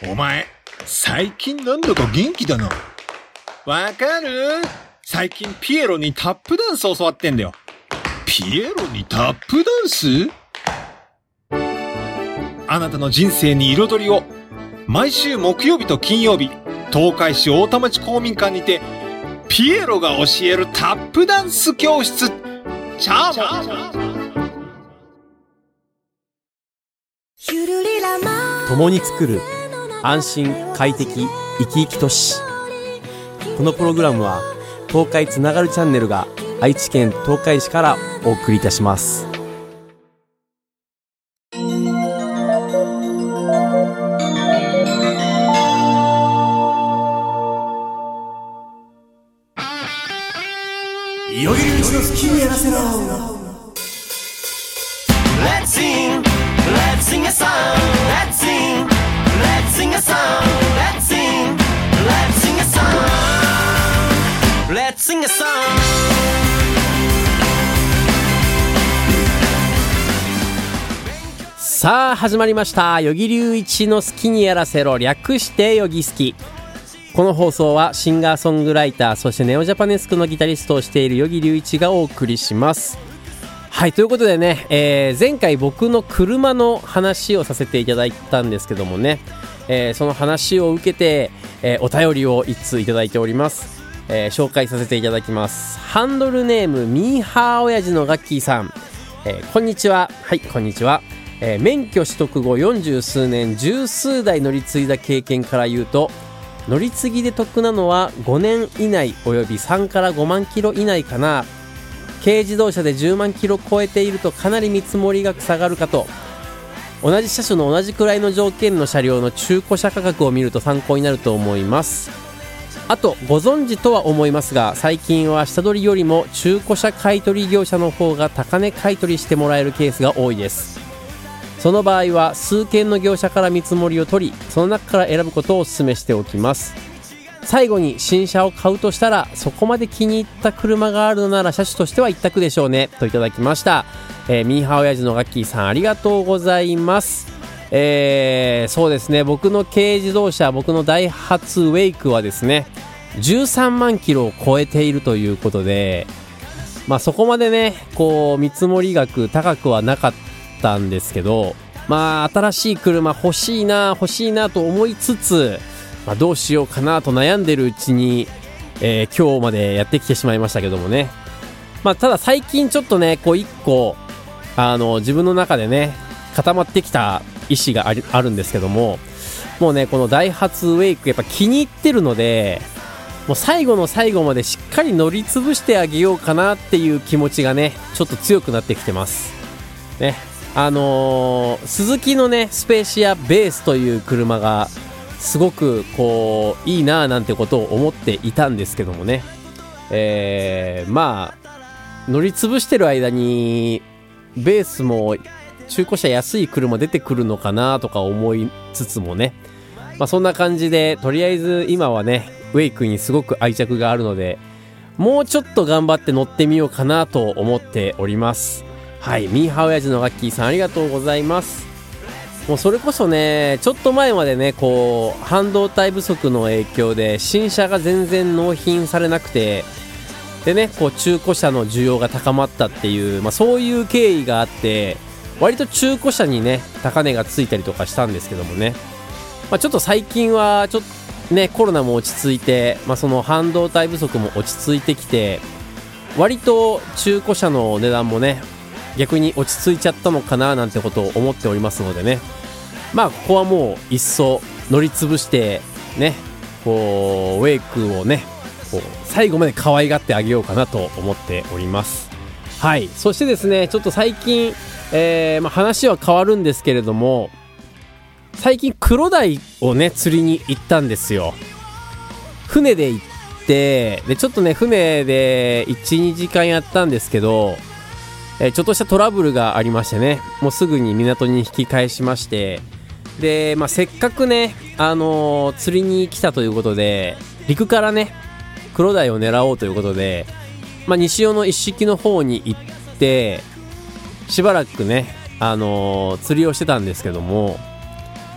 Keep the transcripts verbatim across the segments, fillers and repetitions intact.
お前、最近なんだか元気だな。わかる？最近ピエロにタップダンス教わってんだよ。ピエロにタップダンス？あなたの人生に彩りを。毎週木曜日と金曜日、東海市大田町公民館にて、ピエロが教えるタップダンス教室。チャーモン。 共に作る安心快適生き生き都市。このプログラムは東海つながるチャンネルが愛知県東海市からお送りいたします。 よぎりうちの好きにやらせろ。 Let's sing, let's sing a song. Let's sing, let's sing a song. Let's sing, let's sing a song. Let's sing a song. さあ始まりました。よぎりゅういちの好きにやらせろ、略してよぎすき。この放送はシンガーソングライター、そしてネオジャパネスクのギタリストをしているよぎりゅういちがお送りします。はい、ということでね、えー、前回僕の車の話をさせていただいたんですけどもね、えー、その話を受けて、えー、お便りを一通いただいております。えー、紹介させていただきます。ハンドルネームミーハー親父のガッキーさん、えー、こんにちは。はい、こんにちは。えー、免許取得後よんじゅうすうねん十数台乗り継いだ経験から言うと、乗り継ぎで得なのはごねん以内およびさんからごまんキロ以内かな。軽自動車でじゅうまんキロ超えているとかなり見積もり額下がるかと。同じ車種の同じくらいの条件の車両の中古車価格を見ると参考になると思います。あとご存知とは思いますが、最近は下取りよりも中古車買取業者の方が高値買取してもらえるケースが多いです。その場合は数件の業者から見積もりを取り、その中から選ぶことをお勧めしておきます。最後に新車を買うとしたら、そこまで気に入った車があるのなら車種としては一択でしょうね、といただきました。えー、ミーハー親父のガッキーさん、ありがとうございます。えー、そうですね、僕の軽自動車、僕のダイハツウェイクはですねじゅうさんまんキロを超えているということで、まあそこまでねこう見積もり額高くはなかったんですけど、まあ新しい車欲しいな欲しいなと思いつつ、まあ、どうしようかなと悩んでるうちに、えー、今日までやってきてしまいましたけどもね。まあただ最近ちょっとねこう一個あの自分の中でね固まってきた意思がある、あるんですけども、もうねこのダイハツウェイクやっぱ気に入ってるので、もう最後の最後までしっかり乗り潰してあげようかなっていう気持ちがねちょっと強くなってきてますね。あのー、スズキのねスペーシアベースという車がすごくこういいななんてことを思っていたんですけどもね、えー、まあ乗り潰してる間にベースも中古車安い車出てくるのかなとか思いつつもね、まあそんな感じでとりあえず今はねウェイクにすごく愛着があるので、もうちょっと頑張って乗ってみようかなと思っております。はい、ミーハー親父のガッキーさん、ありがとうございます。もうそれこそねちょっと前までねこう半導体不足の影響で新車が全然納品されなくて、でねこう中古車の需要が高まったっていう、まあ、そういう経緯があって、割と中古車にね高値がついたりとかしたんですけどもね、まあ、ちょっと最近はちょっとねコロナも落ち着いて、まあ、その半導体不足も落ち着いてきて、割と中古車の値段もね逆に落ち着いちゃったのかななんてことを思っておりますのでね、まあここはもう一層乗り潰してねこうウェイクをねこう最後まで可愛がってあげようかなと思っております。はい、そしてですねちょっと最近、えーまあ、話は変わるんですけれども、最近クロダイをね釣りに行ったんですよ。船で行ってでちょっとね船で いちにじかんやったんですけど、えー、ちょっとしたトラブルがありましてね、もうすぐに港に引き返しまして、で、まあ、せっかくね、あのー、釣りに来たということで陸からねクロダイを狙おうということで、まあ、西尾の一式の方に行ってしばらくね、あのー、釣りをしてたんですけども、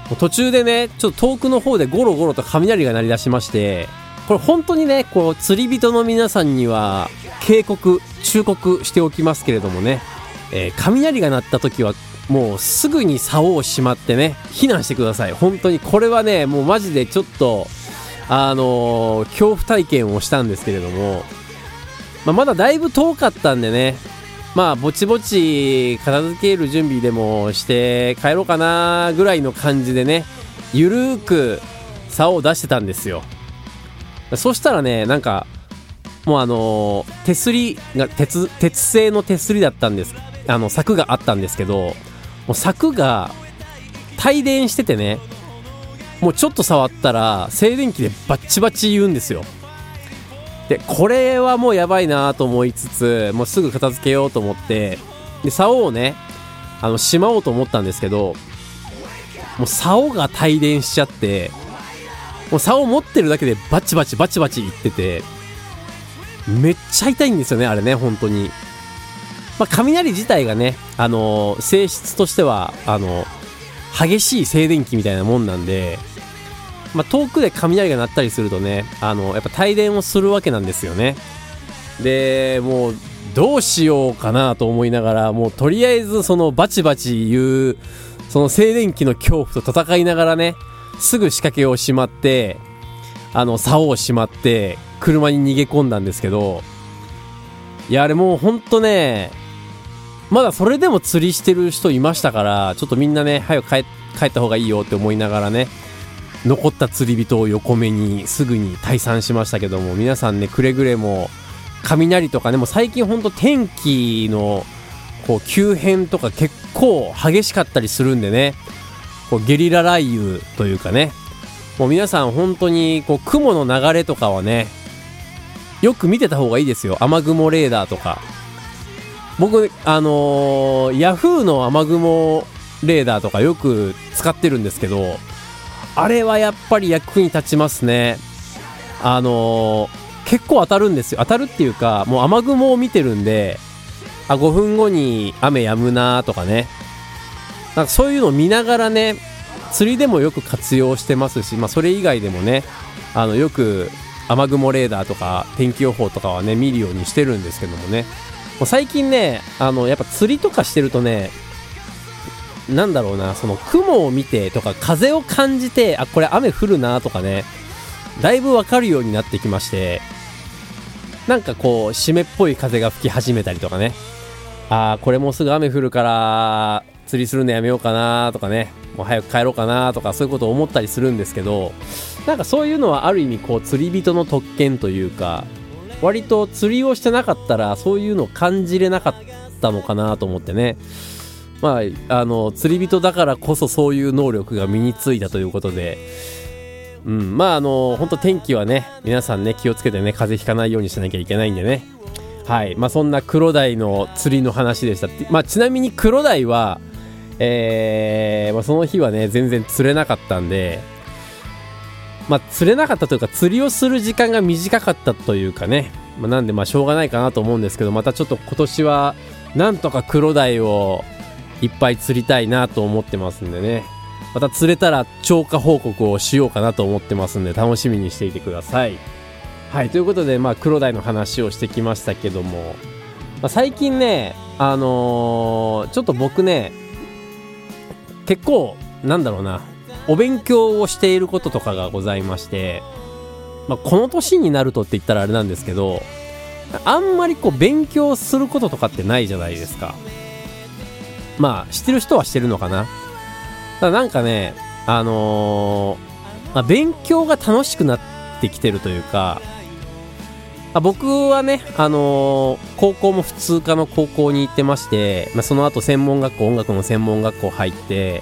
途中でねちょっと遠くの方でゴロゴロと雷が鳴り出しまして、これ本当にねこう釣り人の皆さんには警告忠告しておきますけれどもね、えー、雷が鳴った時はもうすぐに竿をしまってね避難してください。本当にこれはねもうマジでちょっとあのー、恐怖体験をしたんですけれども、まあ、まだだいぶ遠かったんでね、まあぼちぼち片付ける準備でもして帰ろうかなぐらいの感じでねゆるーく竿を出してたんですよ。そしたらねなんかもうあのー、手すりが 鉄, 鉄製の手すりだったんです。あの柵があったんですけど、もう柵が帯電しててね、もうちょっと触ったら静電気でバッチバチ言うんですよ。でこれはもうやばいなと思いつつ、もうすぐ片付けようと思ってで竿をねあのしまおうと思ったんですけど、もう竿が帯電しちゃって、もう竿を持ってるだけでバチバチバチバチいってて、めっちゃ痛いんですよねあれね本当に。まあ、雷自体がね、あのー、性質としてはあの激しい静電気みたいなもんなんで、まあ、遠くで雷が鳴ったりするとねあのやっぱ帯電をするわけなんですよね。でもうどうしようかなと思いながら、もうとりあえずそのバチバチ言うその静電気の恐怖と戦いながらね、すぐ仕掛けをしまってあの竿をしまって車に逃げ込んだんですけど、いやあれもうほんとねまだそれでも釣りしてる人いましたから、ちょっとみんなね早く帰、帰った方がいいよって思いながらね、残った釣り人を横目にすぐに退散しましたけども、皆さんねくれぐれも雷とかね、もう最近ほんと天気のこう急変とか結構激しかったりするんでね、こうゲリラ雷雨というかね、もう皆さん本当にこう雲の流れとかはねよく見てた方がいいですよ。雨雲レーダーとか。僕あのー、ヤフーの雨雲レーダーとかよく使ってるんですけど、あれはやっぱり役に立ちますね。あのー、結構当たるんですよ。当たるっていうかもう雨雲を見てるんで、あごふんごに雨止むなとかね、なんかそういうのを見ながらね釣りでもよく活用してますし、まあ、それ以外でもねあのよく雨雲レーダーとか天気予報とかはね見るようにしてるんですけどもね、もう最近ねあのやっぱ釣りとかしてるとね、なんだろうな、その雲を見てとか風を感じて、あこれ雨降るなとかねだいぶわかるようになってきまして、なんかこう湿っぽい風が吹き始めたりとかね、あこれもうすぐ雨降るから釣りするのやめようかなとかね、もう早く帰ろうかなとかそういうことを思ったりするんですけど、なんかそういうのはある意味こう釣り人の特権というか、割と釣りをしてなかったらそういうのを感じれなかったのかなと思ってね、まああの釣り人だからこそそういう能力が身についたということで、うん、まああの本当天気はね皆さんね気をつけてね風邪ひかないようにしなきゃいけないんでね、はい、まあそんなクロダイの釣りの話でした。まあちなみにクロダイはえーまあ、その日はね全然釣れなかったんで、まあ釣れなかったというか釣りをする時間が短かったというかね、まあ、なんでまあしょうがないかなと思うんですけど、またちょっと今年はなんとかクロダイをいっぱい釣りたいなと思ってますんでね、また釣れたら超過報告をしようかなと思ってますんで楽しみにしていてください。はい、ということでまあクロダイの話をしてきましたけども、まあ、最近ねあのー、ちょっと僕ね結構なんだろうなお勉強をしていることとかがございまして、まあ、この年になるとって言ったらあれなんですけど、あんまりこう勉強することとかってないじゃないですか。まあ知ってる人はしてるのかな。ただなんかねあのーまあ、勉強が楽しくなってきてるというか、まあ、僕はねあのー、高校も普通科の高校に行ってまして、まあ、その後専門学校音楽の専門学校入って、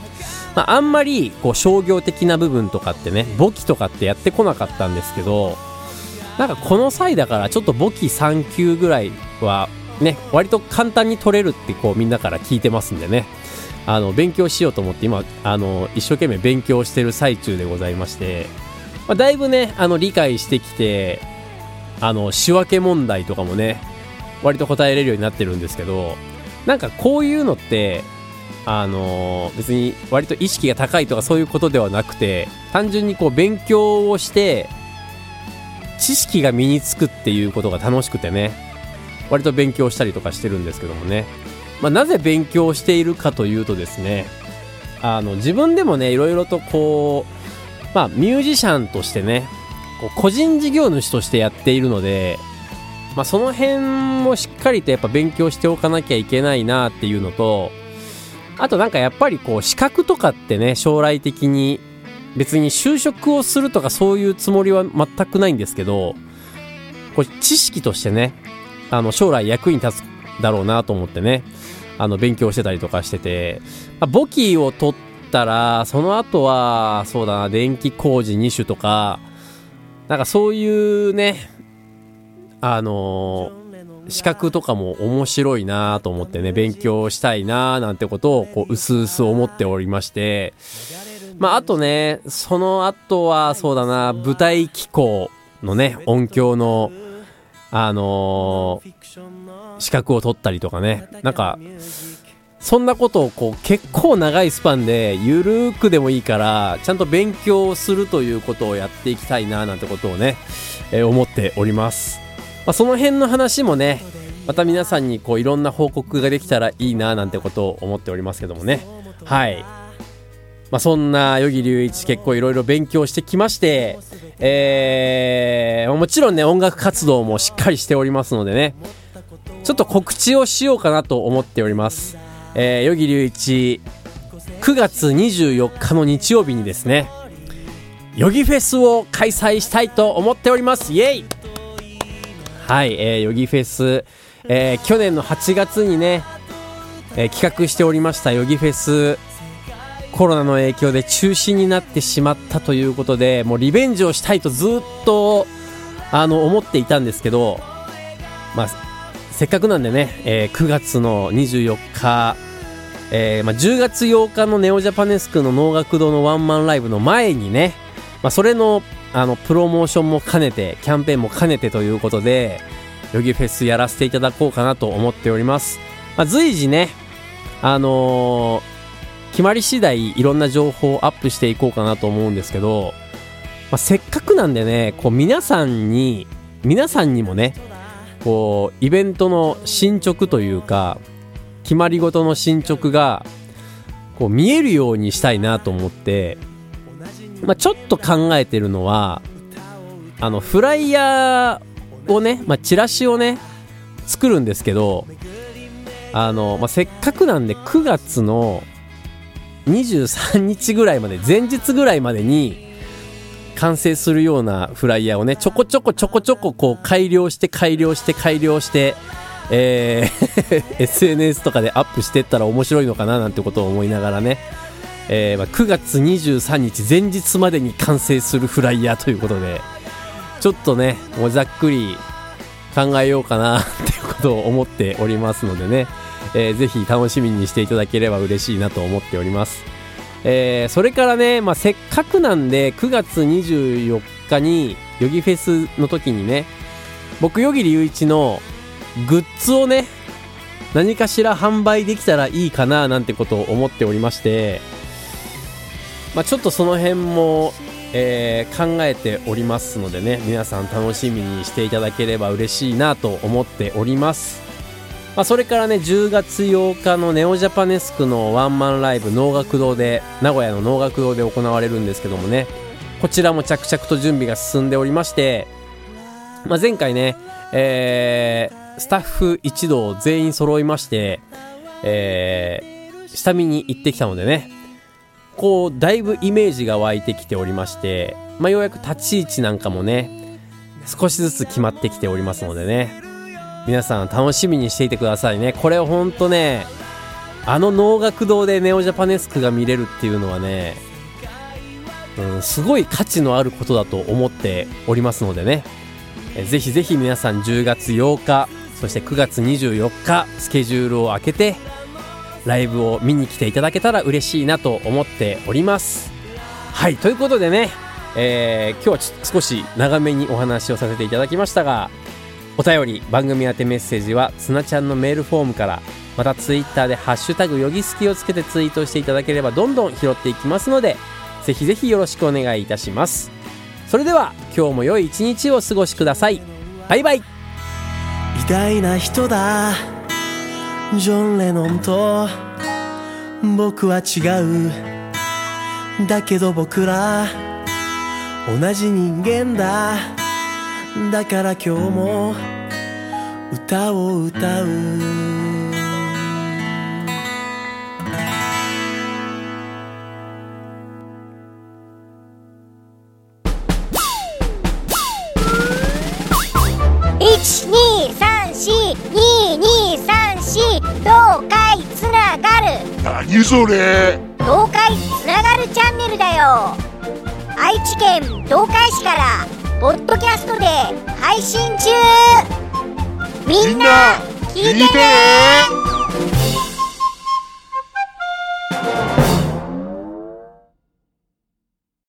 まあ、あんまりこう商業的な部分とかってね簿記とかってやってこなかったんですけど、なんかこの際だからちょっと簿記さん級ぐらいはね割と簡単に取れるってこうみんなから聞いてますんでね、あの勉強しようと思って今あの一生懸命勉強してる最中でございまして、まあ、だいぶねあの理解してきて、あの仕分け問題とかもね割と答えれるようになってるんですけど、なんかこういうのってあのー、別に割と意識が高いとかそういうことではなくて、単純にこう勉強をして知識が身につくっていうことが楽しくてね、割と勉強したりとかしてるんですけどもね。まあ、なぜ勉強しているかというとですね、あの自分でもねいろいろとこう、まあ、ミュージシャンとしてねこう個人事業主としてやっているので、まあ、その辺もしっかりとやっぱ勉強しておかなきゃいけないなっていうのと、あとなんかやっぱりこう資格とかってね、将来的に別に就職をするとかそういうつもりは全くないんですけど、こう知識としてね、あの将来役に立つだろうなと思ってね、あの勉強してたりとかしてて、まあ、簿記を取ったらその後はそうだな、電気工事に種とかなんかそういうね、あのー資格とかも面白いなと思ってね、勉強したいななんてことをこう薄々思っておりまして、まああとね、その後はそうだな、舞台機構のね音響のあのー、資格を取ったりとかね、なんかそんなことをこう結構長いスパンでゆるーくでもいいからちゃんと勉強するということをやっていきたいななんてことをね、えー、思っております。まあ、その辺の話もね、また皆さんにこういろんな報告ができたらいいななんてことを思っておりますけどもね。はい。まあ、そんな与木隆一結構いろいろ勉強してきまして、えー、もちろんね音楽活動もしっかりしておりますのでね、ちょっと告知をしようかなと思っております。えー、与木隆一くがつにじゅうよっかの日曜日にですね、ヨギフェスを開催したいと思っております。イエイ。はい、えー、ヨギフェス、えー、去年のはちがつにね、えー、企画しておりましたヨギフェス、コロナの影響で中止になってしまったということで、もうリベンジをしたいとずっとあの思っていたんですけど、まあせっかくなんでね、えー、くがつのにじゅうよっか、えーまあ、じゅうがつようかのネオジャパネスクの能楽堂のワンマンライブの前にね、まあ、それのあのプロモーションも兼ねて、キャンペーンも兼ねてということでヨギフェスやらせていただこうかなと思っております。まあ、随時ね、あのー、決まり次第いろんな情報をアップしていこうかなと思うんですけど、まあ、せっかくなんでね、こう皆さんに皆さんにもね、こうイベントの進捗というか決まり事の進捗がこう見えるようにしたいなと思って、まあ、ちょっと考えてるのは、あのフライヤーをね、まあ、チラシをね作るんですけど、あの、まあ、せっかくなんでくがつのにじゅうさんにちぐらいまで、前日ぐらいまでに完成するようなフライヤーをね、ちょこちょこちょこちょここう改良して改良して改良して、えー、エスエヌエス とかでアップしていったら面白いのかななんてことを思いながらね、えーまあ、くがつにじゅうさんにち前日までに完成するフライヤーということで、ちょっとねもうざっくり考えようかなっていうことを思っておりますのでね、えー、ぜひ楽しみにしていただければ嬉しいなと思っております。えー、それからね、まあ、せっかくなんでくがつにじゅうよっかにヨギフェスの時にね、僕与木隆一のグッズをね何かしら販売できたらいいかななんてことを思っておりまして、まあ、ちょっとその辺も、えー、考えておりますのでね、皆さん楽しみにしていただければ嬉しいなと思っております。まあ、それからねじゅうがつようかのネオジャパネスクのワンマンライブ、能楽堂で、名古屋の能楽堂で行われるんですけどもね、こちらも着々と準備が進んでおりまして、まあ、前回ね、えー、スタッフ一同全員揃いまして、えー、下見に行ってきたのでね、こうだいぶイメージが湧いてきておりまして、まあ、ようやく立ち位置なんかもね少しずつ決まってきておりますのでね、皆さん楽しみにしていてくださいね。これほんとね、あの能楽堂でネオジャパネスクが見れるっていうのはね、うん、すごい価値のあることだと思っておりますのでね、えぜひぜひ皆さんじゅうがつようかそしてくがつにじゅうよっかスケジュールを空けてライブを見に来ていただけたら嬉しいなと思っております。はい、ということでね、えー、今日は少し長めにお話をさせていただきましたが、お便り番組宛てメッセージはつなちゃんのメールフォームから、 またツイッターでハッシュタグよぎすきをつけてツイートしていただければどんどん拾っていきますので、ぜひぜひよろしくお願いいたします。それでは今日も良い一日をお過ごしください。バイバイ。 偉大な人だジョン・レノンと僕は違う。だけど僕ら同じ人間だ。だから今日も歌を歌う。 いちにさんしににさんし東海つながる。 何それ。 東海つながるチャンネルだよ。愛知県東海市からポッドキャストで配信中。みんな聞いてね。